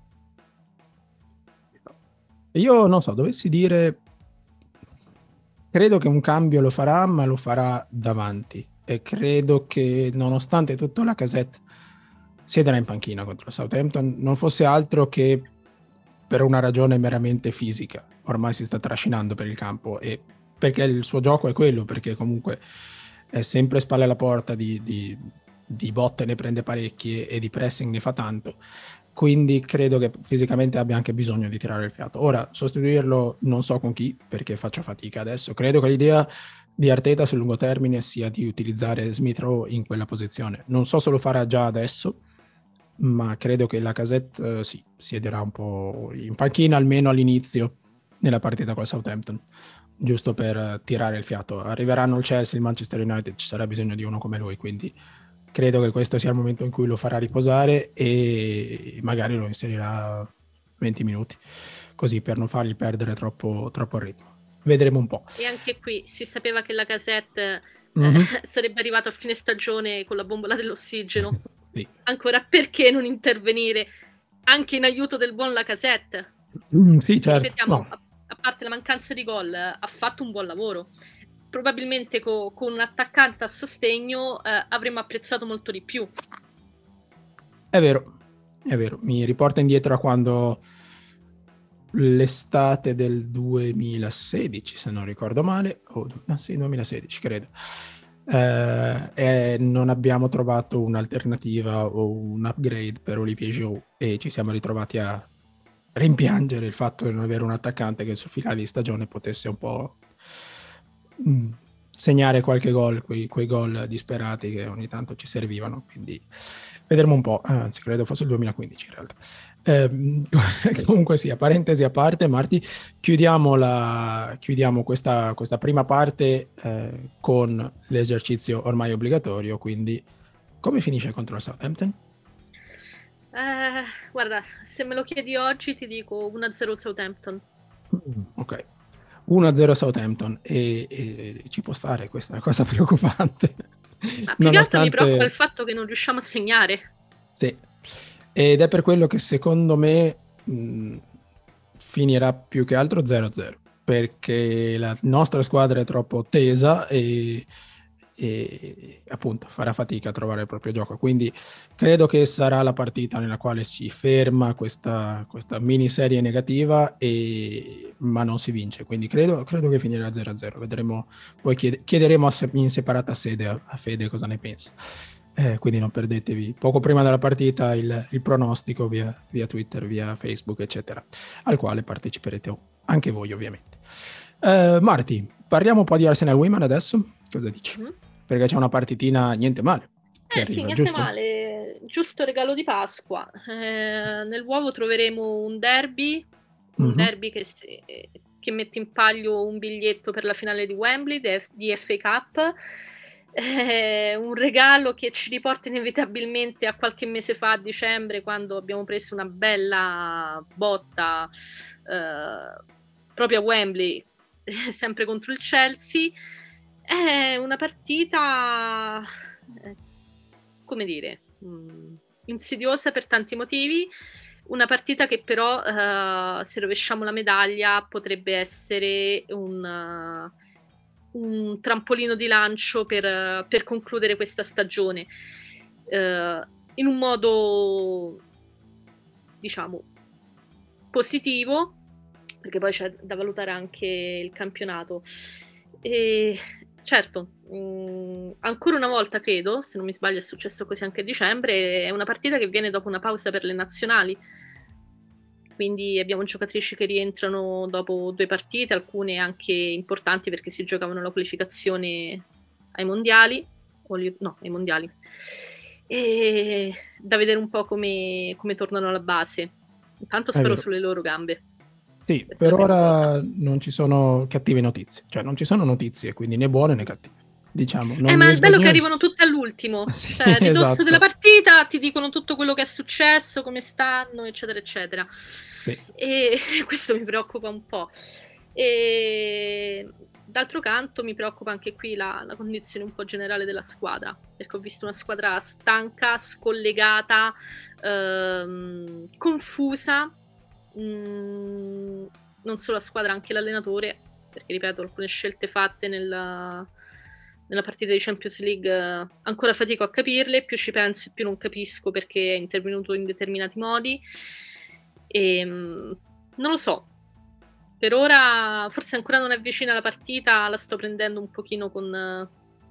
Io non so, dovessi dire, credo che un cambio lo farà, ma lo farà davanti, e credo che nonostante tutto Lacazette siederà in panchina contro Southampton, non fosse altro che per una ragione meramente fisica. Ormai si sta trascinando per il campo, e perché il suo gioco è quello, perché comunque è sempre spalle alla porta, di, di, di botte ne prende parecchie e di pressing ne fa tanto, quindi credo che fisicamente abbia anche bisogno di tirare il fiato. Ora, sostituirlo non so con chi, perché faccio fatica adesso. Credo che l'idea di Arteta sul lungo termine sia di utilizzare Smith Rowe in quella posizione. Non so se lo farà già adesso, ma credo che Lacazette eh, sì, siederà un po' in panchina, almeno all'inizio, nella partita col Southampton, giusto per uh, tirare il fiato. Arriveranno il Chelsea, il Manchester United, ci sarà bisogno di uno come lui, quindi credo che questo sia il momento in cui lo farà riposare e magari lo inserirà venti minuti, così per non fargli perdere troppo, troppo ritmo. Vedremo un po'. E anche qui si sapeva che Lacazette mm-hmm. eh, sarebbe arrivato a fine stagione con la bombola dell'ossigeno. Sì. Ancora, perché non intervenire anche in aiuto del buon Lacazette? Mm, sì, certo. Ripetiamo, no. a, a parte la mancanza di gol, ha fatto un buon lavoro. Probabilmente co- con un attaccante a sostegno eh, avremmo apprezzato molto di più. È vero, è vero. Mi riporta indietro a quando l'estate del duemilasedici, se non ricordo male, o oh, sì, duemilasedici credo, eh, e non abbiamo trovato un'alternativa o un upgrade per Olivier Giroud, e ci siamo ritrovati a rimpiangere il fatto di non avere un attaccante che sul finale di stagione potesse un po' mh, segnare qualche gol, quei, quei gol disperati che ogni tanto ci servivano. Quindi Vedremo un po', anzi credo fosse il duemilaquindici in realtà. Eh, comunque sia, parentesi a parte, Marti, chiudiamo, la, chiudiamo questa, questa prima parte eh, con l'esercizio ormai obbligatorio, quindi come finisce contro il Southampton? Eh, guarda, se me lo chiedi oggi ti dico uno a zero Southampton. Mm, ok, uno a zero Southampton e, e ci può stare, questa è una cosa preoccupante. Ma più che altro mi preoccupa il Nonostante... fatto che non riusciamo a segnare. Sì, ed è per quello che secondo me mh, finirà più che altro zero a zero, perché la nostra squadra è troppo tesa e, e appunto farà fatica a trovare il proprio gioco. Quindi credo che sarà la partita nella quale si ferma questa, questa miniserie negativa, e, ma non si vince. Quindi credo, credo che finirà zero a zero. Vedremo, poi chied- chiederemo a se- in separata sede a, a Fede cosa ne pensa. Eh, quindi non perdetevi poco prima della partita il, il pronostico via, via Twitter, via Facebook, eccetera, al quale parteciperete anche voi, ovviamente. Eh, Marti, parliamo un po' di Arsenal Women adesso. Cosa dici? Mm? Perché c'è una partitina niente male che Eh sì, arriva, niente giusto? male, giusto regalo di Pasqua. Eh, nell'uovo troveremo un derby, un Mhm. derby che, si- che mette in palio un biglietto per la finale di Wembley, de- di F A Cup. Eh, un regalo che ci riporta inevitabilmente a qualche mese fa, a dicembre, quando abbiamo preso una bella botta eh, proprio a Wembley, sempre contro il Chelsea. È una partita, eh, come dire, mh, insidiosa per tanti motivi. Una partita che però, eh, se rovesciamo la medaglia, potrebbe essere un, eh, un trampolino di lancio per, eh, per concludere questa stagione. Eh, in un modo, diciamo, positivo, perché poi c'è da valutare anche il campionato. E certo, mh, ancora una volta credo, se non mi sbaglio è successo così anche a dicembre, è una partita che viene dopo una pausa per le nazionali. Quindi abbiamo giocatrici che rientrano dopo due partite, alcune anche importanti perché si giocavano la qualificazione ai mondiali, o li- no, ai mondiali. E da vedere un po' come, come tornano alla base. Intanto È spero vero. sulle loro gambe. Sì, Questa è per la prima cosa. ora non ci sono cattive notizie, cioè non ci sono notizie, quindi né buone né cattive. Diciamo, no Eh, ma news, il good bello è che news. arrivano tutte all'ultimo. Sì, Cioè, a ridosso della esatto. partita ti dicono tutto quello che è successo, come stanno, eccetera, eccetera. Sì. E questo mi preoccupa un po'. E d'altro canto mi preoccupa anche qui la, la condizione un po' generale della squadra, perché ho visto una squadra stanca, scollegata, ehm, confusa. Mm, non solo la squadra, anche l'allenatore, perché ripeto, alcune scelte fatte nella, nella partita di Champions League eh, ancora fatico a capirle, più ci penso più non capisco perché è intervenuto in determinati modi. E, mh, non lo so, per ora forse ancora non è vicina la partita, la sto prendendo un pochino con, eh,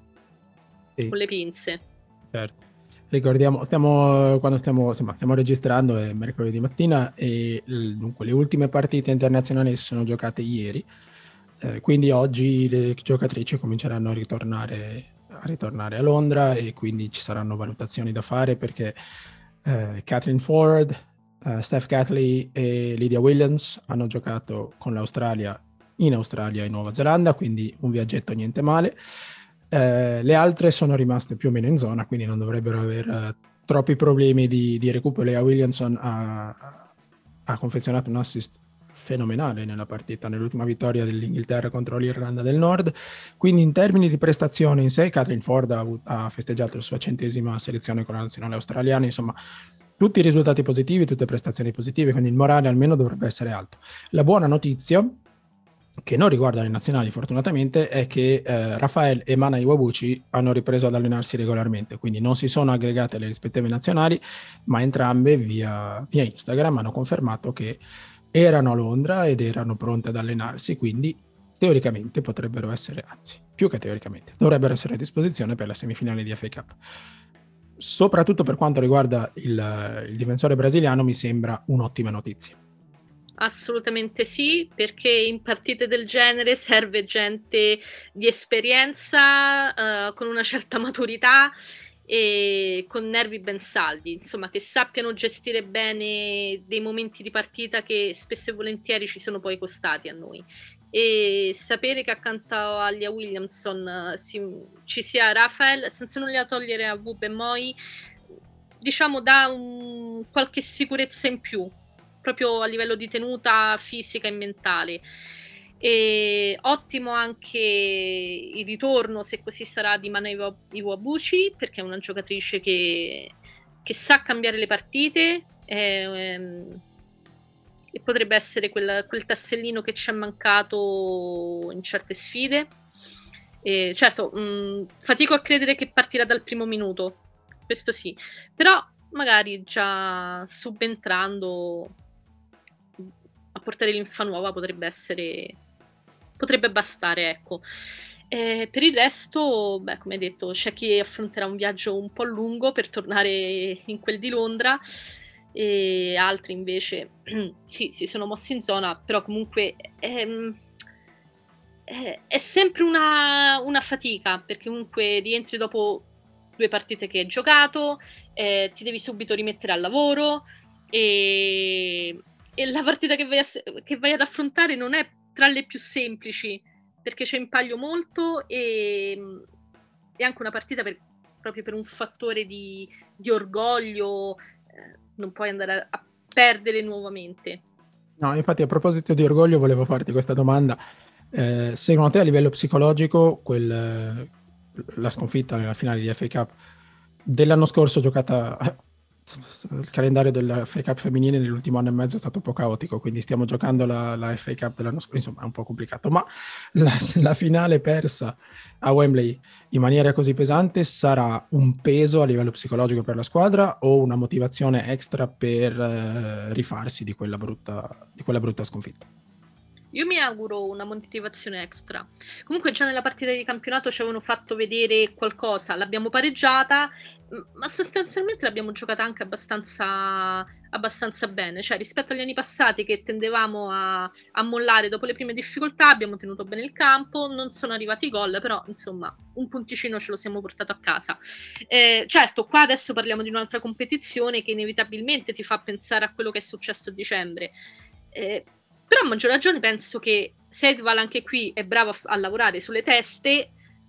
Sì, con le pinze. certo. Ricordiamo, stiamo, quando stiamo, insomma, stiamo registrando è mercoledì mattina e il- dunque le ultime partite internazionali si sono giocate ieri, eh, quindi oggi le giocatrici cominceranno a ritornare, a ritornare a Londra, e quindi ci saranno valutazioni da fare perché eh, Catherine Ford, eh, Steph Catley e Lydia Williams hanno giocato con l'Australia in Australia e Nuova Zelanda, quindi un viaggetto niente male. Eh, le altre sono rimaste più o meno in zona, quindi non dovrebbero avere eh, troppi problemi di, di recupero. Lea Williamson ha, ha confezionato un assist fenomenale nella partita, nell'ultima vittoria dell'Inghilterra contro l'Irlanda del Nord. Quindi in termini di prestazione in sé, Catherine Ford ha, ha festeggiato la sua centesima selezione con la nazionale australiana. Insomma, tutti i risultati positivi, tutte prestazioni positive, quindi il morale almeno dovrebbe essere alto. La buona notizia, che non riguarda le nazionali fortunatamente, è che eh, Rafael e Mana Iwabuchi hanno ripreso ad allenarsi regolarmente, quindi non si sono aggregate alle rispettive nazionali, ma entrambe via, via Instagram hanno confermato che erano a Londra ed erano pronte ad allenarsi, quindi teoricamente potrebbero essere, anzi, più che teoricamente, dovrebbero essere a disposizione per la semifinale di F A Cup. Soprattutto per quanto riguarda il, il difensore brasiliano, mi sembra un'ottima notizia. Assolutamente sì, perché in partite del genere serve gente di esperienza, eh, con una certa maturità e con nervi ben saldi, insomma, che sappiano gestire bene dei momenti di partita che spesso e volentieri ci sono poi costati a noi. E sapere che accanto a Lia Williamson si, ci sia Rafael, senza nulla togliere a Wub e Moi, diciamo dà un, qualche sicurezza in più, proprio a livello di tenuta fisica e mentale. E ottimo anche il ritorno, se così sarà, di Mana Iwa- Iwabuchi, perché è una giocatrice che, che sa cambiare le partite e, e potrebbe essere quel, quel tassellino che ci è mancato in certe sfide. E certo, mh, fatico a credere che partirà dal primo minuto, questo sì, però magari già subentrando a portare linfa nuova potrebbe essere, potrebbe bastare, ecco. Eh, per il resto, beh, come hai detto, c'è chi affronterà un viaggio un po' lungo per tornare in quel di Londra, e altri invece sì, si sono mossi in zona, però comunque ehm, è, è sempre una, una fatica, perché comunque rientri dopo due partite che hai giocato, eh, ti devi subito rimettere al lavoro e, e la partita che vai, a, che vai ad affrontare non è tra le più semplici, perché c'è impaglio molto e è anche una partita per, proprio per un fattore di, di orgoglio, eh, non puoi andare a, a perdere nuovamente. No, infatti a proposito di orgoglio volevo farti questa domanda. Eh, secondo te a livello psicologico quel, la sconfitta nella finale di F A Cup dell'anno scorso giocata, il calendario della F A Cup femminile nell'ultimo anno e mezzo è stato un po' caotico, quindi stiamo giocando la, la F A Cup dell'anno scorso, insomma è un po' complicato, ma la, la finale persa a Wembley in maniera così pesante sarà un peso a livello psicologico per la squadra o una motivazione extra per eh, rifarsi di quella brutta, di quella brutta sconfitta? Io mi auguro una motivazione extra. Comunque già nella partita di campionato ci avevano fatto vedere qualcosa, l'abbiamo pareggiata, ma sostanzialmente l'abbiamo giocata anche abbastanza, abbastanza bene. Cioè rispetto agli anni passati che tendevamo a, a mollare dopo le prime difficoltà, abbiamo tenuto bene il campo, non sono arrivati i gol, però insomma un punticino ce lo siamo portato a casa. Eh, certo, qua adesso parliamo di un'altra competizione che inevitabilmente ti fa pensare a quello che è successo a dicembre. Eh, Però a maggior ragione penso che Sedval anche qui è bravo a, a lavorare sulle teste,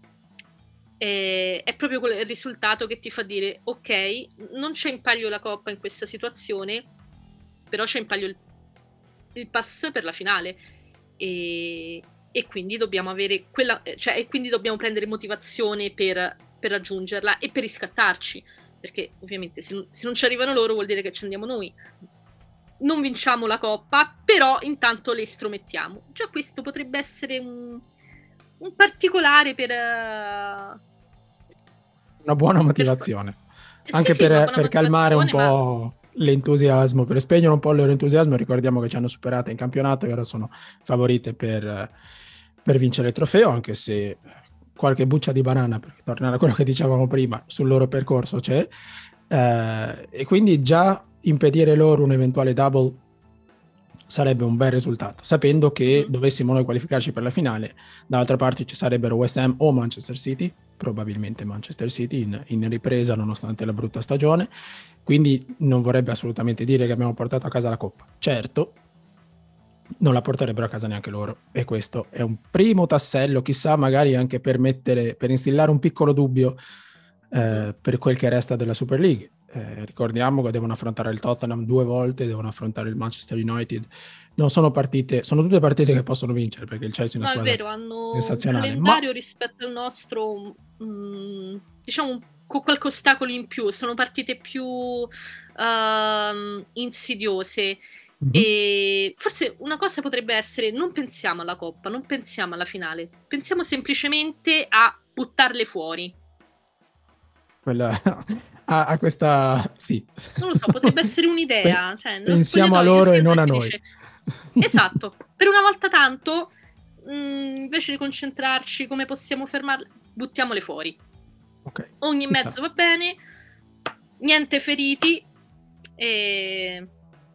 eh, è proprio quel il risultato che ti fa dire ok, non c'è in palio la Coppa in questa situazione, però c'è in palio il, il pass per la finale e, e quindi dobbiamo avere quella, cioè, e quindi dobbiamo prendere motivazione per, per raggiungerla e per riscattarci, perché ovviamente se, se non ci arrivano loro vuol dire che ci andiamo noi. Non vinciamo la Coppa, però intanto le stromettiamo. Già questo potrebbe essere un, un particolare per... Uh, una buona motivazione, per, anche sì, sì, una per, buona per calmare un motivazione, ma... po' l'entusiasmo, per spegnere un po' il loro entusiasmo. Ricordiamo che ci hanno superate in campionato e ora sono favorite per, per vincere il trofeo, anche se qualche buccia di banana, per tornare a quello che dicevamo prima, sul loro percorso c'è, eh, e quindi già impedire loro un eventuale double sarebbe un bel risultato, sapendo che Mm-hmm. dovessimo noi qualificarci per la finale, dall'altra parte ci sarebbero West Ham o Manchester City, probabilmente Manchester City in, in ripresa nonostante la brutta stagione, quindi non vorrebbe assolutamente dire che abbiamo portato a casa la Coppa. Certo, non la porterebbero a casa neanche loro, e questo è un primo tassello, chissà magari anche per mettere, per instillare un piccolo dubbio Mm-hmm. eh, per quel che resta della Super League. Eh, ricordiamo che devono affrontare il Tottenham due volte, devono affrontare il Manchester United. Non sono partite, sono tutte partite che possono vincere, perché il Chelsea è una No, è squadra vero, hanno un sensazionale, ma calendario rispetto al nostro, mm, diciamo, con qualche ostacolo in più. Sono partite più ehm, insidiose. mm-hmm. E forse una cosa potrebbe essere: non pensiamo alla Coppa, non pensiamo alla finale, pensiamo semplicemente a buttarle fuori. Quella, a, a questa sì. Non lo so, potrebbe essere un'idea. Cioè, nello Pensiamo a spogliatoio loro si e entra non e a si noi. dice: esatto, per una volta tanto, mh, invece di concentrarci come possiamo fermarle, buttiamole fuori. Ok, Ogni chissà. mezzo va bene, niente feriti e,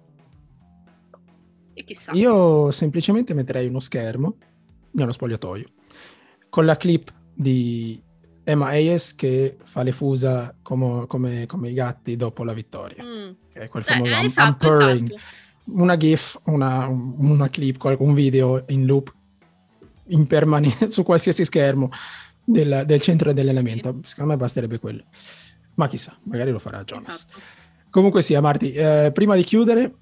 e chissà. Io semplicemente metterei uno schermo nello spogliatoio con la clip di Emma Hayes che fa le fusa come, come, come i gatti dopo la vittoria, Mm. che è quel Eh, famoso eh, I'm, I'm esatto, purring, esatto. una gif, una, una clip, un video in loop in permanente su qualsiasi schermo del, del centro Sì, dell'elemento. Secondo me basterebbe quello, ma chissà, magari lo farà Jonas. esatto. Comunque sia, Marti, eh, prima di chiudere,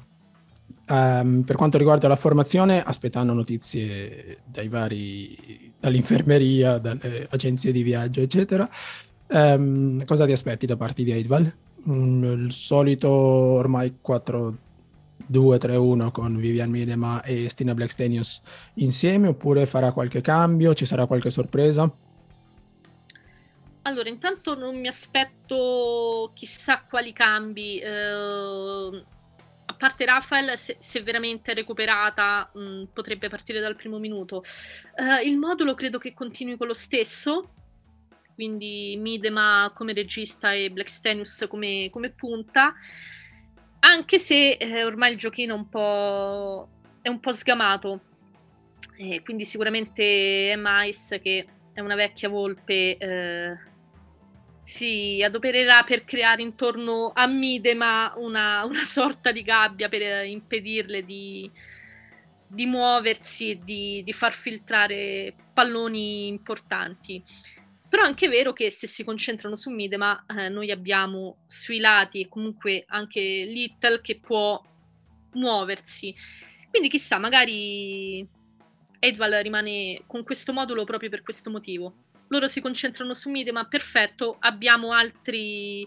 um, per quanto riguarda la formazione, aspettando notizie dai vari, dall'infermeria, dalle agenzie di viaggio, eccetera, um, cosa ti aspetti da parte di Eidval? Mm, il solito ormai quattro due tre uno con Vivian Miedema e Stina Blackstenius insieme, oppure farà qualche cambio, ci sarà qualche sorpresa? Allora, intanto non mi aspetto chissà quali cambi, eh, a parte Rafael, se, se veramente è recuperata, mh, potrebbe partire dal primo minuto. Eh, il modulo credo che continui con lo stesso, quindi Midema come regista e Blackstenius come, come punta, anche se eh, ormai il giochino un po', è un po' sgamato, eh, quindi sicuramente Emma Ice, che è una vecchia volpe, eh, si adopererà per creare intorno a Midema una, una sorta di gabbia per impedirle di, di muoversi e di, di far filtrare palloni importanti. Però è anche vero che se si concentrano su Midema, eh, noi abbiamo sui lati e comunque anche Little che può muoversi. Quindi chissà, magari Edval rimane con questo modulo proprio per questo motivo. Loro si concentrano su Midema, perfetto, abbiamo altri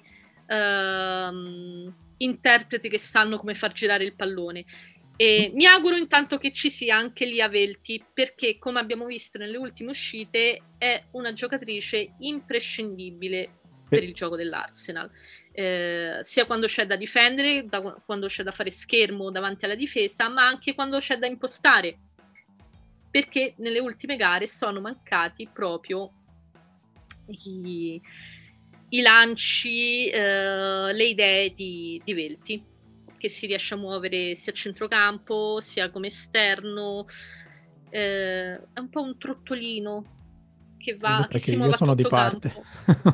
ehm, interpreti che sanno come far girare il pallone. E mi auguro intanto che ci sia anche Lia Velti, perché come abbiamo visto nelle ultime uscite è una giocatrice imprescindibile per il gioco dell'Arsenal, eh, sia quando c'è da difendere, da, quando c'è da fare schermo davanti alla difesa, ma anche quando c'è da impostare, perché nelle ultime gare sono mancati proprio i, i lanci, eh, le idee di, di Velti, che si riesce a muovere sia a centrocampo sia come esterno, eh, è un po' un trottolino che, va, che si Io muove a sono di tutto parte, campo.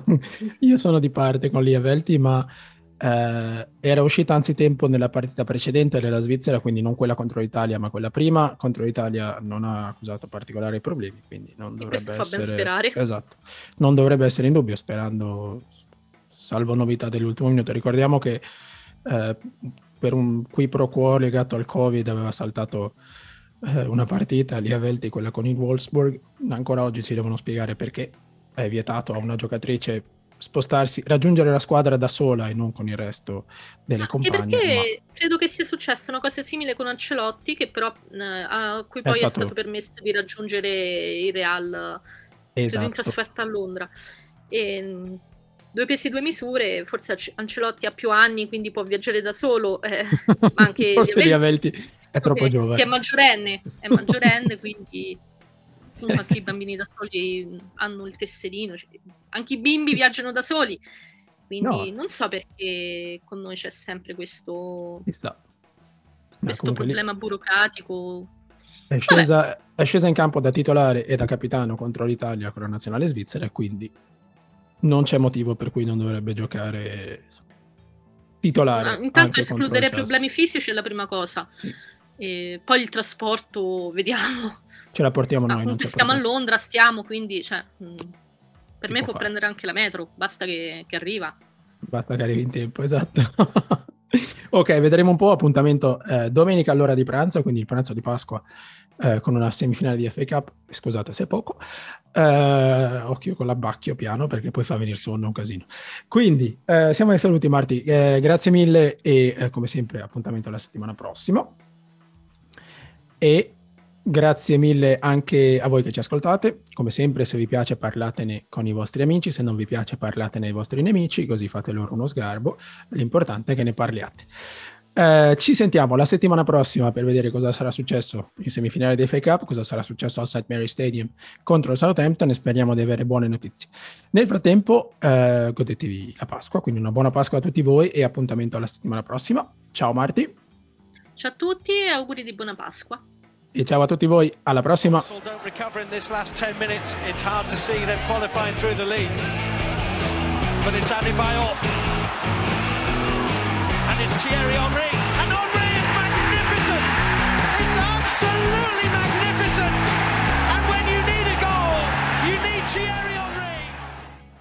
io sono di parte con Lia Velti, ma eh, era uscita anzitempo nella partita precedente della Svizzera, quindi non quella contro l'Italia, ma quella prima. Contro l'Italia non ha accusato particolari problemi, quindi non E questo dovrebbe fa ben essere, sperare. esatto, non dovrebbe essere in dubbio, sperando, salvo novità dell'ultimo minuto. Ricordiamo che eh, per un qui pro quo legato al Covid aveva saltato eh, una partita, Lia Velti, quella con il Wolfsburg. Ancora oggi si devono spiegare perché è vietato a una giocatrice spostarsi, raggiungere la squadra da sola e non con il resto delle Anche compagne, ma perché credo che sia successa una cosa simile con Ancelotti, che però eh, a cui è poi è stato stato permesso di raggiungere il Real, credo in esatto. trasferta a Londra. E, mh, due pesi due misure, forse Anc- Ancelotti ha più anni, quindi può viaggiare da solo, eh, ma anche Forse Lia Liavelli, Velti è troppo che, che è giovane. maggiorenne, è maggiorenne, quindi comunque anche i bambini da soli hanno il tesserino, cioè, anche i bimbi viaggiano da soli, No, quindi non so perché con noi c'è sempre questo, chissà. No, questo comunque lì problema burocratico. è Vabbè, scesa, è scesa in campo da titolare e da capitano contro l'Italia con la nazionale svizzera, e quindi non c'è motivo per cui non dovrebbe giocare sì, sì, ma titolare intanto anche contro il escludere Chelsea. problemi fisici è la prima cosa. Sì, E poi il trasporto, vediamo. ce la portiamo Ma noi, non comunque c'è stiamo a problema. Londra, stiamo, quindi cioè, mh, per Si me può può fare. prendere anche la metro, basta che, che arriva. Basta che arrivi in tempo, esatto. Ok, vedremo un po'. Appuntamento eh, domenica all'ora di pranzo, quindi il pranzo di Pasqua eh, con una semifinale di F A Cup. Scusate se è poco. Eh, occhio con l'abbacchio piano perché poi fa venire sonno un casino. Quindi eh, siamo ai saluti, Marti. Eh, grazie mille e eh, come sempre appuntamento la settimana prossima. E grazie mille anche a voi che ci ascoltate. Come sempre, se vi piace parlatene con i vostri amici, se non vi piace parlatene ai vostri nemici, così fate loro uno sgarbo. L'importante è che ne parliate. Eh, ci sentiamo la settimana prossima per vedere cosa sarà successo in semifinale dei F A Cup, cosa sarà successo al Saint Mary Stadium contro il Southampton, e speriamo di avere buone notizie. Nel frattempo, eh, godetevi la Pasqua, quindi una buona Pasqua a tutti voi e appuntamento alla settimana prossima. Ciao Marti. Ciao a tutti e auguri di buona Pasqua. E ciao a tutti voi, alla prossima. Russell don't recover in this last ten minutes. It's hard to see them qualifying through the league. But it's Adebayor. And it's Thierry Henry. And Henry!